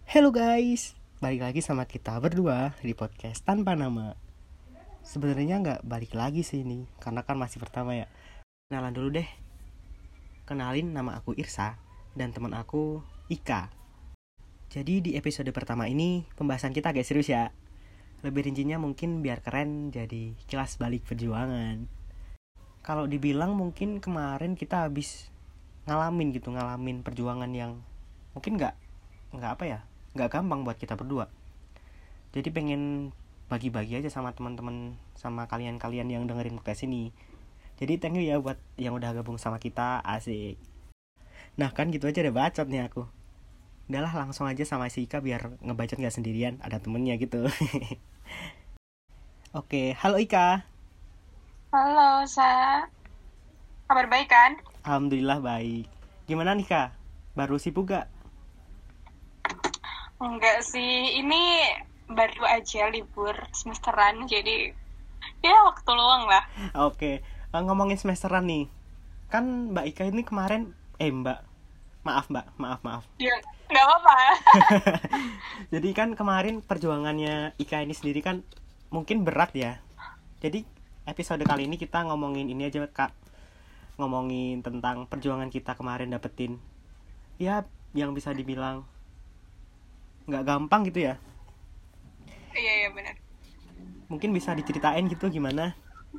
Hello guys, balik lagi sama kita berdua di podcast tanpa nama. Sebenarnya nggak balik lagi sih ini, karena kan masih pertama ya. Kenalan dulu deh. Kenalin, nama aku Irsa dan teman aku Ika. Jadi di episode pertama ini pembahasan kita agak serius ya. Lebih rincinya mungkin biar keren, jadi kilas balik perjuangan. Kalau dibilang mungkin kemarin kita habis ngalamin perjuangan yang mungkin nggak gampang buat kita berdua. Jadi pengen bagi-bagi aja sama teman-teman, sama kalian-kalian yang dengerin podcast ini. Jadi thank you ya buat yang udah gabung sama kita, asik. Nah kan gitu aja udah bacot nih aku. Udahlah langsung aja sama si Ika biar ngebacot gak sendirian, ada temennya gitu. Oke, halo Ika. Halo, kabar baik kan? Alhamdulillah baik. Gimana nih Kak? Baru sibuk gak? Enggak sih, ini baru aja libur semesteran, jadi ya waktu luang lah. Oke, ngomongin semesteran nih. Kan Mbak Ika ini kemarin, maaf. Ya, nggak apa-apa. Jadi kan kemarin perjuangannya Ika ini sendiri kan mungkin berat ya. Jadi episode kali ini kita ngomongin ini aja Kak. Ngomongin tentang perjuangan kita kemarin dapetin, ya yang bisa dibilang nggak gampang gitu ya. Iya, benar. Mungkin bisa diceritain gitu gimana?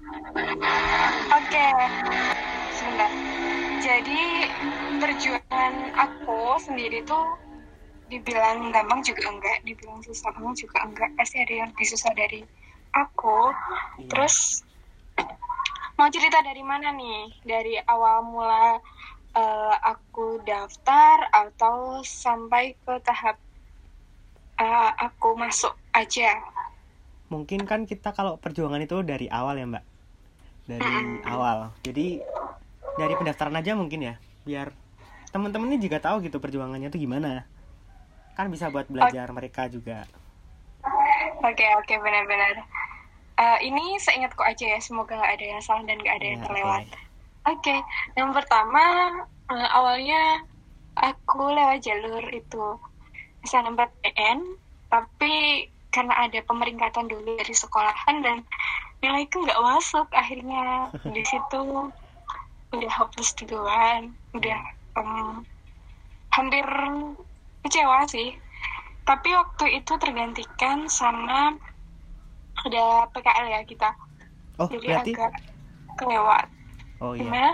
Oke, sebentar. Jadi perjuangan aku sendiri tuh dibilang gampang juga enggak, dibilang susah banget juga enggak. Pasti ada yang lebih susah dari aku. Iya. Terus mau cerita dari mana nih? Dari awal mula aku daftar atau sampai ke tahap aku masuk aja? Mungkin kan kita kalau perjuangan itu dari awal ya Mbak. Dari awal. Jadi dari pendaftaran aja mungkin ya, biar teman-teman ini juga tahu gitu perjuangannya itu gimana. Kan bisa buat belajar mereka juga. Oke, benar-benar. Ini seingatku aja ya, semoga nggak ada yang salah dan nggak ada yang terlewat. Oke, yang pertama awalnya aku lewat jalur itu SNMPTN, tapi karena ada pemeringkatan dulu dari sekolahan dan nilaiku nggak masuk, akhirnya di situ udah hopeless duluan, udah hampir kecewa sih. Tapi waktu itu tergantikan sama ada PKL ya kita. Oh, jadi berarti agak kelewat. oh iya. Gimana?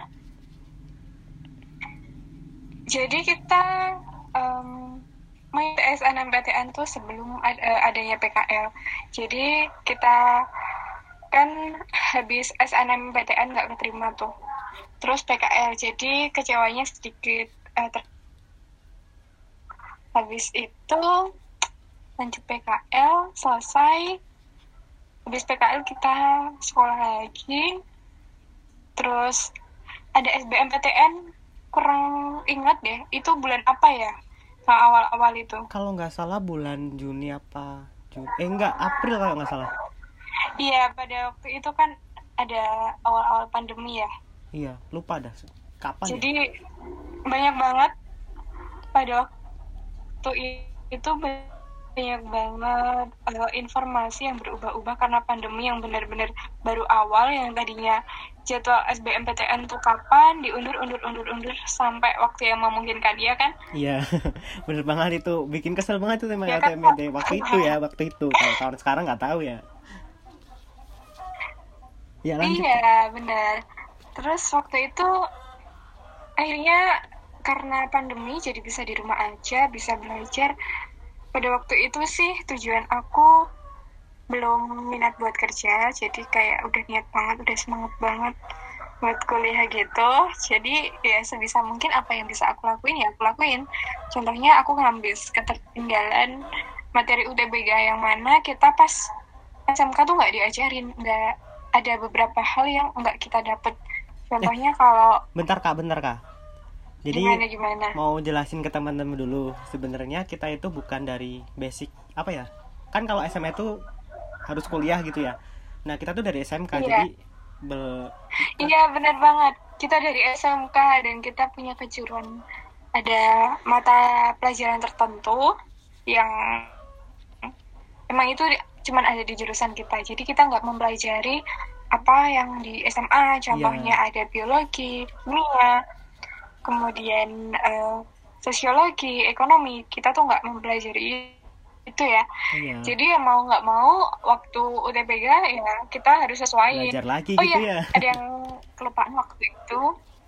Jadi kita main SNMPTN tuh sebelum adanya PKL. Jadi kita kan habis SNMPTN nggak keterima tuh. Terus PKL, jadi kecewanya sedikit. Habis itu lanjut PKL, selesai. Habis PKL kita sekolah lagi. Terus ada SBMPTN, kurang ingat deh, itu bulan apa ya? Nah, awal-awal itu. Kalau nggak salah bulan Juni apa? April kalau nggak salah. Iya, pada waktu itu kan ada awal-awal pandemi ya. Iya, lupa dah. Kapan Jadi ya? banyak banget pada waktu itu, banyak banget informasi yang berubah-ubah karena pandemi yang benar-benar baru awal, yang tadinya jadwal SBMPTN tuh kapan diundur sampai waktu yang memungkinkan, ya kan? Iya, bener banget itu. Bikin kesel banget tuh tema Ya kan? LTMPT waktu itu. Kalau tahun sekarang nggak tahu ya. Ya lanjut. Iya, benar. Terus waktu itu akhirnya karena pandemi jadi bisa di rumah aja, bisa belajar. Pada waktu itu sih tujuan aku belum minat buat kerja, jadi kayak udah niat banget, udah semangat banget buat kuliah gitu. Jadi ya sebisa mungkin apa yang bisa aku lakuin ya aku lakuin. Contohnya aku ngambil ketertinggalan materi UTBK yang mana kita pas SMK tuh nggak diajarin, nggak ada beberapa hal yang nggak kita dapet. Contohnya kalau Bentar kak. Jadi gimana? mau jelasin ke teman-teman dulu. Sebenarnya kita itu bukan dari basic apa ya? Kan kalau SMA itu harus kuliah gitu ya. Nah kita tuh dari SMK. Iya. Jadi Iya, benar banget. Kita dari SMK dan kita punya kejuruan. Ada mata pelajaran tertentu yang emang itu cuman ada di jurusan kita. Jadi kita nggak mempelajari apa yang di SMA, contohnya ada biologi, kimia, kemudian sosiologi, ekonomi. Kita tuh nggak mempelajari itu ya. Jadi ya mau nggak mau waktu UTBK ya kita harus sesuaiin. Belajar lagi gitu ya. Ada yang kelupaan waktu itu.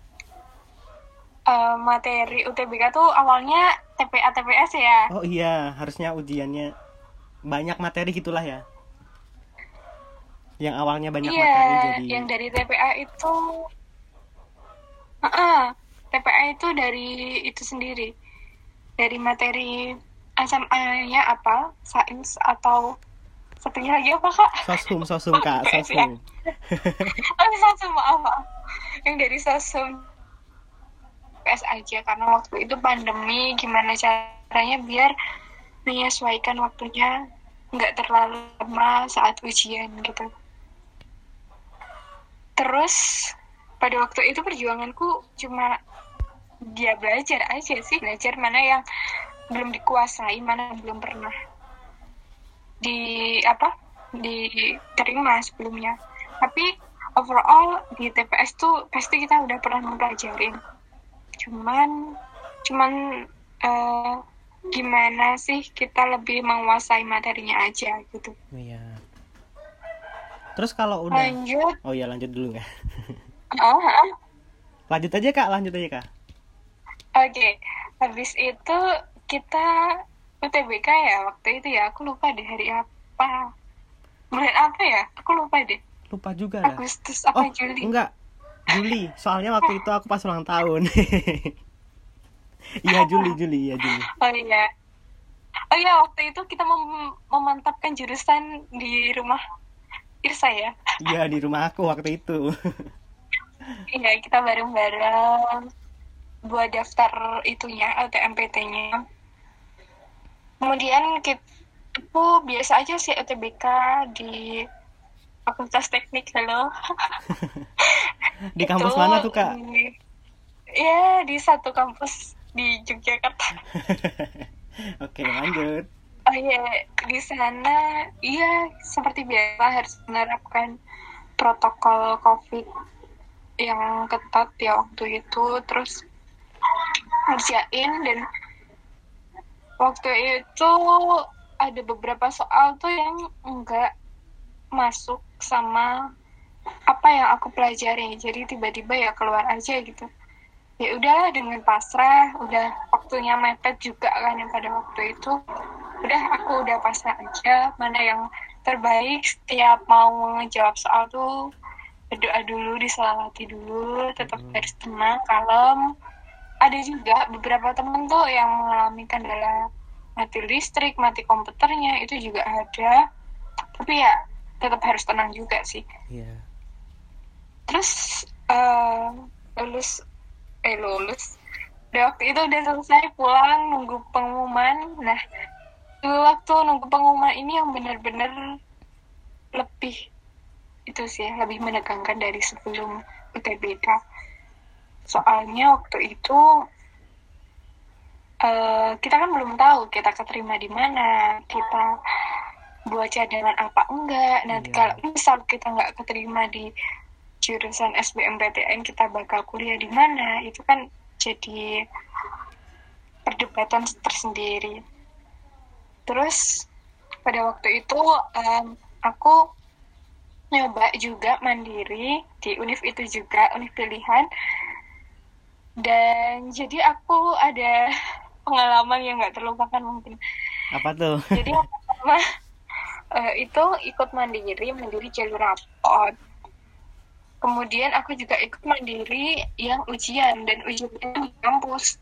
Materi UTBK tuh awalnya TPA TPS ya. Oh iya, harusnya ujiannya banyak materi gitulah ya. Yang awalnya banyak materi jadi. Yang dari TPA itu TPA itu dari itu sendiri. Dari materi SMA-nya apa? Sains atau satunya lagi apa, Kak? Sosum Kak, sosum. Sosum, maaf. Yang dari sosum PS aja karena waktu itu pandemi, gimana caranya biar menyesuaikan waktunya nggak terlalu lama saat ujian gitu. Terus pada waktu itu perjuanganku cuma dia belajar aja sih, belajar mana yang belum dikuasai, mana yang belum pernah diterima sebelumnya. Tapi overall di TPS tuh pasti kita udah pernah mempelajari. Cuman gimana sih kita lebih menguasai materinya aja gitu. Iya. Terus kalau udah lanjut. Oh iya, lanjut dulu nggak? Lanjut aja Kak. Oke. Habis itu kita UTBK ya waktu itu ya. Aku lupa deh hari apa. Bulan apa ya? Aku lupa deh. Lupa juga lah. Agustus apa Juli? Enggak. Juli. Soalnya waktu itu aku pas ulang tahun. Iya Juli. Oh iya, waktu itu kita memantapkan jurusan di rumah Irsa ya? Iya, di rumah aku waktu itu. Iya, kita bareng-bareng buat daftar itunya, LTMPT-nya. Kemudian itu biasa aja sih UTBK di Fakultas Teknik, halo. Di kampus mana tuh, Kak? Ya, di satu kampus di Yogyakarta. Oke, lanjut. Oh iya, di sana iya seperti biasa harus menerapkan protokol COVID yang ketat ya waktu itu, terus ngerjain. Dan waktu itu ada beberapa soal tuh yang enggak masuk sama apa yang aku pelajari, jadi tiba-tiba ya keluar aja gitu. Ya udahlah, dengan pasrah, udah waktunya mepet juga kan yang pada waktu itu. Udah, aku udah pasrah aja mana yang terbaik. Setiap mau ngejawab soal tuh berdoa dulu, diselawati dulu, tetap harus tenang, kalem. Ada juga beberapa temen tuh yang mengalami kendala mati listrik, mati komputernya, itu juga ada. Tapi ya tetap harus tenang juga sih. Yeah. Terus lulus. Udah waktu itu udah selesai, pulang nunggu pengumuman. Nah, waktu nunggu pengumuman ini yang benar-benar lebih itu sih, lebih menegangkan dari sebelum UTBK. Soalnya waktu itu kita kan belum tahu kita keterima di mana, kita buat cadangan apa enggak. Nanti kalau misal kita nggak keterima di jurusan SBMPTN, kita bakal kuliah di mana, itu kan jadi perdebatan tersendiri. Terus pada waktu itu aku nyoba juga mandiri di univ itu juga, univ pilihan. Dan jadi aku ada pengalaman yang nggak terlupakan mungkin. Apa tuh? Jadi yang pertama itu ikut mandiri jalur rapot. Kemudian aku juga ikut mandiri yang ujian, dan ujiannya di kampus.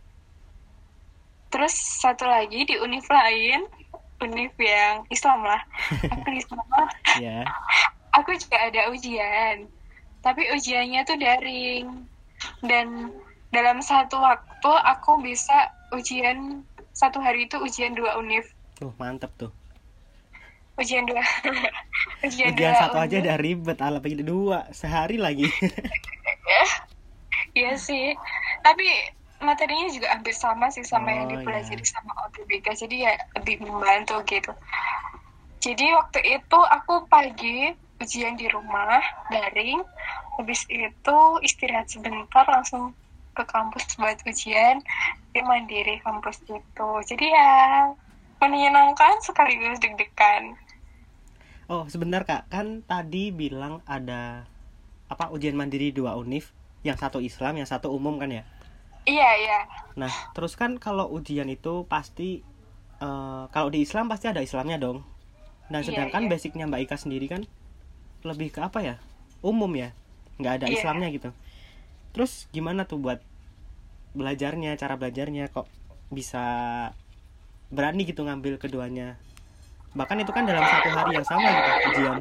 Terus satu lagi di univ lain, univ yang Islam lah. Aku di sana, aku juga ada ujian. Tapi ujiannya tuh daring. Dan dalam satu waktu aku bisa ujian, satu hari itu ujian 2 univ. Mantap tuh. Ujian 2. Ujian 1 aja udah ribet, apalagi 2 sehari lagi. Iya sih. Tapi materinya juga hampir sama sih sama yang dipelajari sama OTBK, jadi ya lebih membantu gitu. Jadi waktu itu aku pagi ujian di rumah daring, habis itu istirahat sebentar langsung ke kampus buat ujian di mandiri kampus itu. Jadi ya menyenangkan sekaligus deg-degan. Oh sebentar kak, kan tadi bilang ada apa ujian mandiri 2 univ, yang satu Islam yang satu umum kan ya? Iya. Nah terus kan kalau ujian itu pasti kalau di Islam pasti ada Islamnya dong. Dan sedangkan basicnya Mbak Ika sendiri kan lebih ke apa ya, umum ya, nggak ada Islamnya gitu. Terus gimana tuh buat belajarnya, cara belajarnya, kok bisa berani gitu ngambil keduanya, bahkan itu kan dalam satu hari yang sama gitu ujian.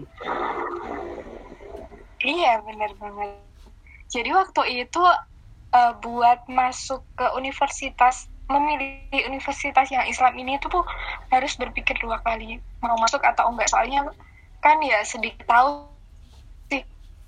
Iya benar banget. Jadi waktu itu buat masuk ke universitas, memilih universitas yang Islam ini tuh harus berpikir 2 kali mau masuk atau enggak, soalnya kan ya sedikit tahu sih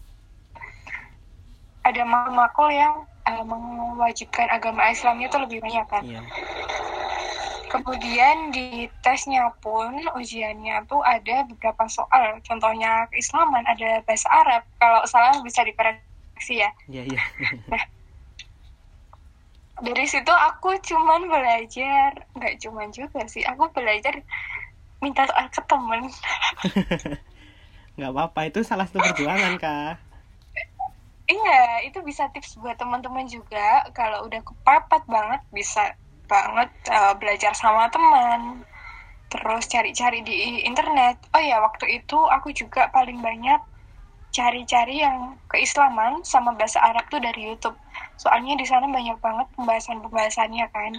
ada makul yang mewajibkan agama Islamnya tuh lebih banyak kan. Iya. Kemudian di tesnya pun ujiannya tuh ada beberapa soal, contohnya keislaman ada bahasa Arab, kalau salah bisa dikoreksi ya. Iya. Nah dari situ aku cuman belajar, nggak cuman juga sih, aku belajar minta soal ke temen. Nggak apa-apa, itu salah satu perjuangan kak. Iya, itu bisa tips buat teman-teman juga, kalau udah kepepet banget bisa banget belajar sama teman, terus cari-cari di internet. Oh ya, waktu itu aku juga paling banyak cari-cari yang keislaman sama bahasa Arab tuh dari YouTube. Soalnya di sana banyak banget pembahasannya kan.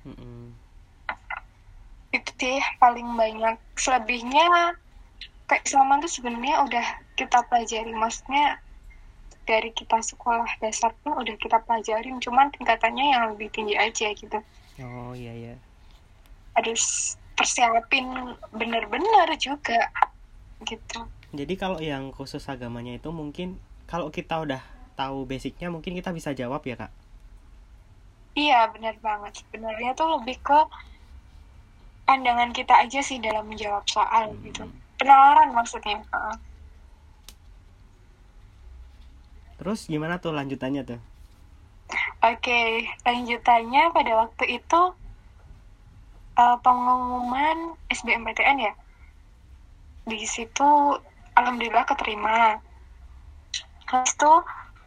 Itu sih paling banyak. Selebihnya keislaman tuh sebenarnya udah kita pelajari, maksudnya dari kita sekolah dasar pun udah kita pelajarin, cuman tingkatannya yang lebih tinggi aja gitu. Oh iya. Harus persiapin bener-bener juga gitu. Jadi kalau yang khusus agamanya itu mungkin kalau kita udah tahu basicnya mungkin kita bisa jawab ya kak? Iya benar banget, sebenarnya tuh lebih ke pandangan kita aja sih dalam menjawab soal gitu, penalaran maksudnya. Terus gimana tuh lanjutannya tuh? Oke, lanjutannya pada waktu itu pengumuman SBMPTN ya, di situ alhamdulillah keterima. Terus tuh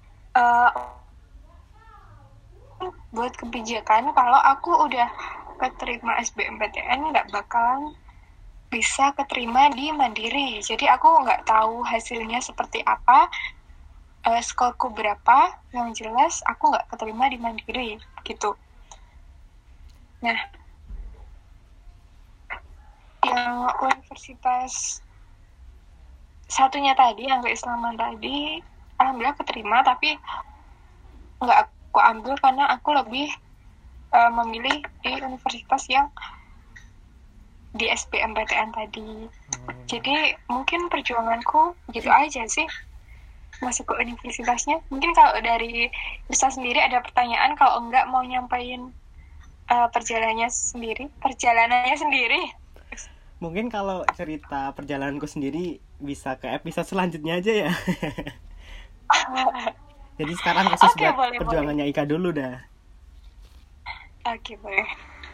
buat kebijakan kalau aku udah keterima SBMPTN nggak bakalan bisa keterima di Mandiri. Jadi aku nggak tahu hasilnya seperti apa, skorku berapa, yang jelas aku nggak keterima di Mandiri gitu. Nah, yang universitas satunya tadi, yang keislaman tadi, alhamdulillah keterima, tapi nggak aku ambil karena aku lebih memilih di universitas yang di SBMPTN tadi. Jadi mungkin perjuanganku gitu aja sih masuk ke universitasnya. Mungkin kalau dari Risa sendiri ada pertanyaan, kalau enggak mau nyampain perjalanannya sendiri. Mungkin kalau cerita perjalananku sendiri bisa ke episode selanjutnya aja ya. Jadi sekarang khusus buat perjuangannya Ika dulu dah. Oke, boleh.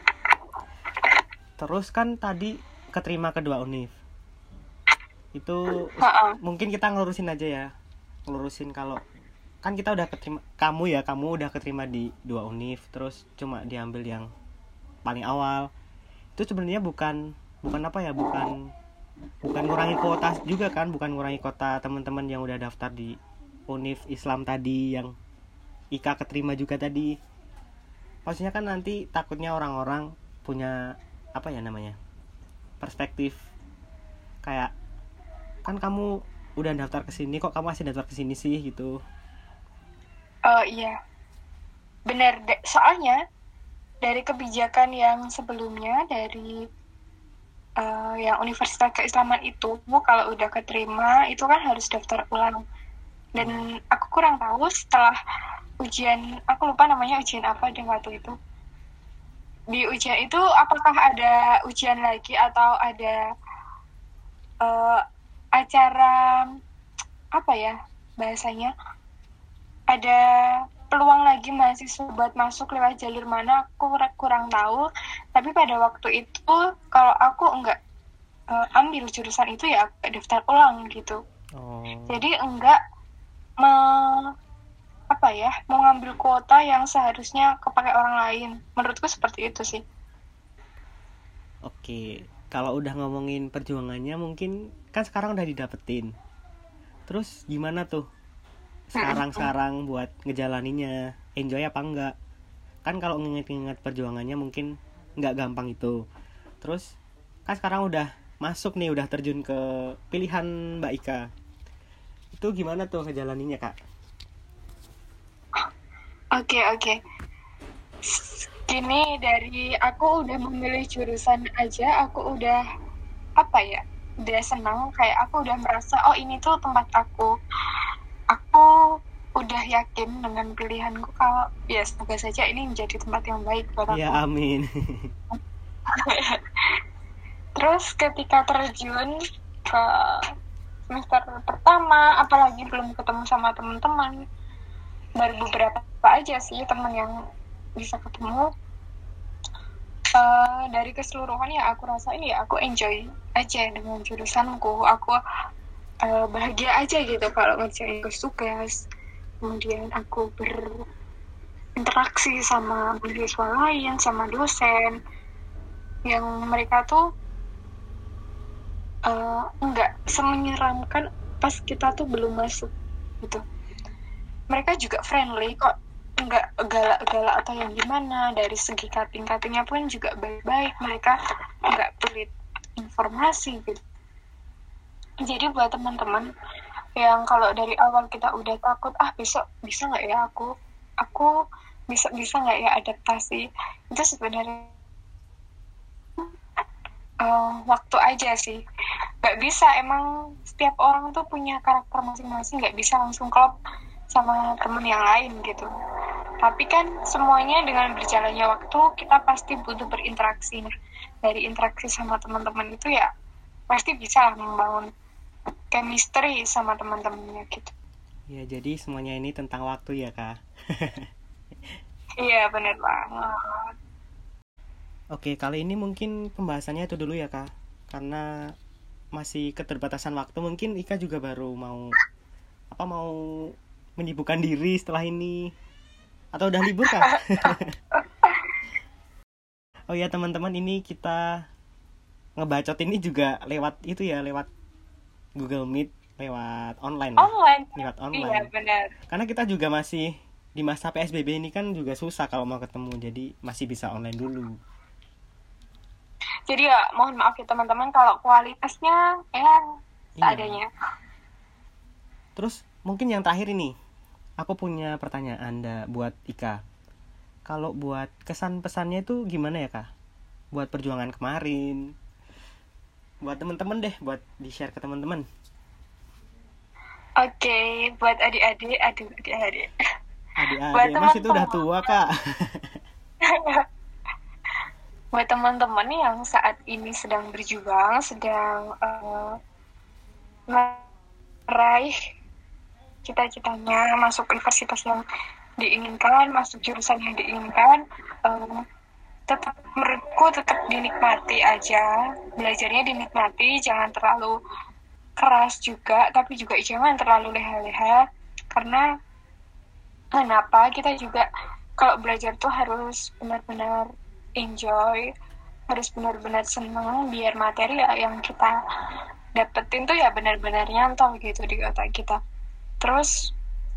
Terus kan tadi keterima kedua univ. Itu mungkin kita ngelurusin aja ya. Ngelurusin kalau kan kita udah keterima, kamu udah keterima di 2 univ, terus cuma diambil yang paling awal. Itu sebenarnya bukan apa ya, bukan ngurangi kuota juga kan, bukan ngurangi kuota teman-teman yang udah daftar di univ Islam tadi yang Ika keterima juga tadi. Maksudnya kan nanti takutnya orang-orang punya apa ya namanya, perspektif kayak kan kamu udah daftar ke sini kok kamu masih daftar ke sini sih gitu. Oh iya, benar. Soalnya dari kebijakan yang sebelumnya dari yang Universitas Keislaman itu, kalau udah keterima itu kan harus daftar ulang. Dan aku kurang tahu setelah ujian, aku lupa namanya ujian apa deh waktu itu. Di ujian itu apakah ada ujian lagi atau ada acara apa ya bahasanya, ada peluang lagi mahasiswa buat masuk lewat jalur mana, aku kurang tahu. Tapi pada waktu itu kalau aku enggak ambil jurusan itu ya aku daftar ulang gitu. Jadi enggak mau ngambil kuota yang seharusnya kepakai orang lain. Menurutku seperti itu sih. Oke, kalau udah ngomongin perjuangannya mungkin kan sekarang udah didapetin. Terus gimana tuh sekarang buat ngejalaninya? Enjoy apa enggak? Kan kalau nginget-nginget perjuangannya mungkin nggak gampang itu. Terus kan sekarang udah masuk nih, udah terjun ke pilihan Mbak Ika. Itu gimana tuh ngejalaninya, Kak? Oke. Gini, dari aku udah memilih jurusan aja, aku udah udah senang, kayak aku udah merasa oh ini tuh tempat aku udah yakin dengan pilihanku, kalau ya semoga saja ini menjadi tempat yang baik buat aku. Ya amin. Terus ketika terjun ke semester pertama, apalagi belum ketemu sama teman-teman, baru beberapa aja sih teman yang bisa ketemu. Dari keseluruhan ya aku rasain ya aku enjoy aja dengan jurusanku, aku bahagia aja gitu kalau ngerjain tugas, kemudian aku berinteraksi sama mahasiswa lain, sama dosen yang mereka tuh nggak semenyeramkan pas kita tuh belum masuk gitu. Mereka juga friendly kok, nggak galak-galak atau yang gimana. Dari segi cutting-cuttingnya pun juga baik-baik, mereka nggak pelit informasi gitu. Jadi buat teman-teman yang kalau dari awal kita udah takut, besok bisa nggak ya aku bisa nggak ya adaptasi, itu sebenarnya waktu aja sih. Nggak bisa, emang setiap orang tuh punya karakter masing-masing, nggak bisa langsung klop sama temen yang lain gitu. Tapi kan semuanya dengan berjalannya waktu kita pasti butuh berinteraksi. Nah, dari interaksi sama teman-teman itu ya pasti bisa membangun chemistry sama teman-temannya gitu. Ya, jadi semuanya ini tentang waktu ya, Kak. Iya, benar banget. Oke, kali ini mungkin pembahasannya itu dulu ya, Kak. Karena masih keterbatasan waktu, mungkin Ika juga baru mau menyibukkan diri setelah ini, atau udah libur, Kak? Oh ya teman-teman, ini kita ngebacot ini juga lewat itu ya, lewat Google Meet, lewat online. Lewat online. Iya, benar. Karena kita juga masih di masa PSBB ini kan juga susah kalau mau ketemu, jadi masih bisa online dulu. Jadi ya mohon maaf ya teman-teman kalau kualitasnya seadanya. Terus mungkin yang terakhir ini, aku punya pertanyaan buat Ika. Kalau buat kesan pesannya itu gimana ya, Kak? Buat perjuangan kemarin, buat teman-teman deh, buat di-share ke teman-teman. Oke, buat adik-adik. Adik-adik, Mas itu udah tua, Kak. Buat teman-teman yang saat ini sedang berjuang, sedang meraih cita-citanya, masuk universitas yang diinginkan, masuk jurusan yang diinginkan, menurutku tetap dinikmati aja, belajarnya dinikmati, jangan terlalu keras juga, tapi juga jangan terlalu leha-leha, karena kenapa kita juga kalau belajar tuh harus benar-benar enjoy, harus benar-benar senang, biar materi yang kita dapetin tuh ya benar-benar nyantol gitu di otak kita. Terus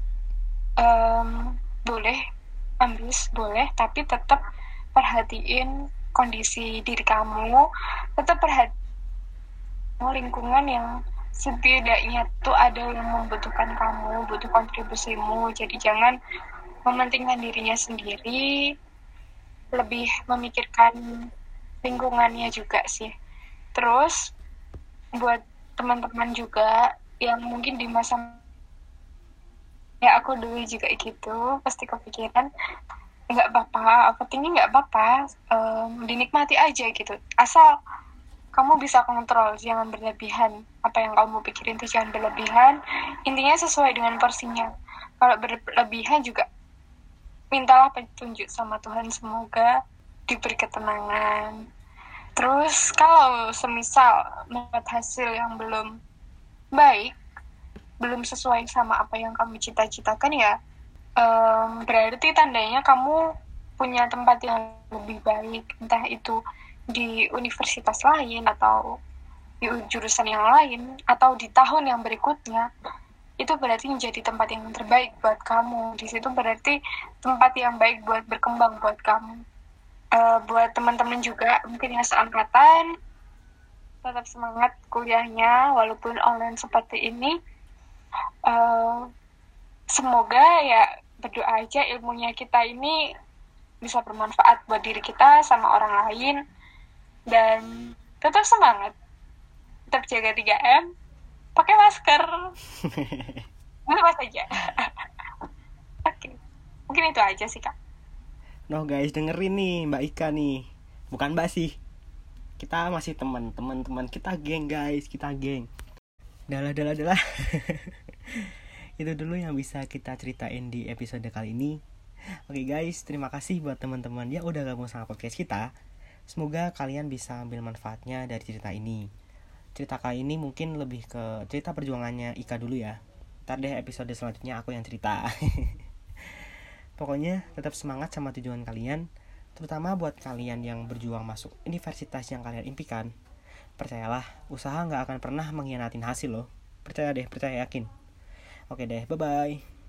boleh ambis, boleh, tapi tetap perhatiin kondisi diri kamu, tetap perhatiin lingkungan yang setidaknya tuh ada yang membutuhkan kamu, butuh kontribusimu. Jadi jangan mementingkan dirinya sendiri, lebih memikirkan lingkungannya juga sih. Terus buat teman-teman juga yang mungkin di masa Ya aku dulu juga gitu, pasti kepikiran nggak apa-apa, overthinking nggak apa-apa, dinikmati aja gitu. Asal kamu bisa kontrol, jangan berlebihan. Apa yang kamu pikirin tuh jangan berlebihan. Intinya sesuai dengan porsinya. Kalau berlebihan juga mintalah petunjuk sama Tuhan, semoga diberi ketenangan. Terus kalau semisal mendapat hasil yang belum baik, belum sesuai sama apa yang kamu cita-citakan, ya berarti tandanya kamu punya tempat yang lebih baik, entah itu di universitas lain atau di jurusan yang lain atau di tahun yang berikutnya. Itu berarti menjadi tempat yang terbaik buat kamu. Di situ berarti tempat yang baik buat berkembang buat kamu. Buat teman-teman juga mungkin yang seangkatan, tetap semangat kuliahnya walaupun online seperti ini. Semoga ya, berdoa aja ilmunya kita ini bisa bermanfaat buat diri kita sama orang lain. Dan tetap semangat, tetap jaga 3M, pakai masker, bebas aja. Oke, mungkin itu aja sih Kak. No guys, dengerin nih Mbak Ika nih. Bukan Mbak sih, kita masih teman kita geng guys, kita geng. Dalah itu dulu yang bisa kita ceritain di episode kali ini. Oke guys, terima kasih buat teman-teman yang udah gabung sama podcast kita. Semoga kalian bisa ambil manfaatnya dari cerita ini. Cerita kali ini mungkin lebih ke cerita perjuangannya Ika dulu ya. Ntar deh episode selanjutnya aku yang cerita. Pokoknya tetap semangat sama tujuan kalian, terutama buat kalian yang berjuang masuk universitas yang kalian impikan. Percayalah, usaha gak akan pernah mengkhianatin hasil loh. Percaya deh, percaya yakin. Oke deh, bye-bye.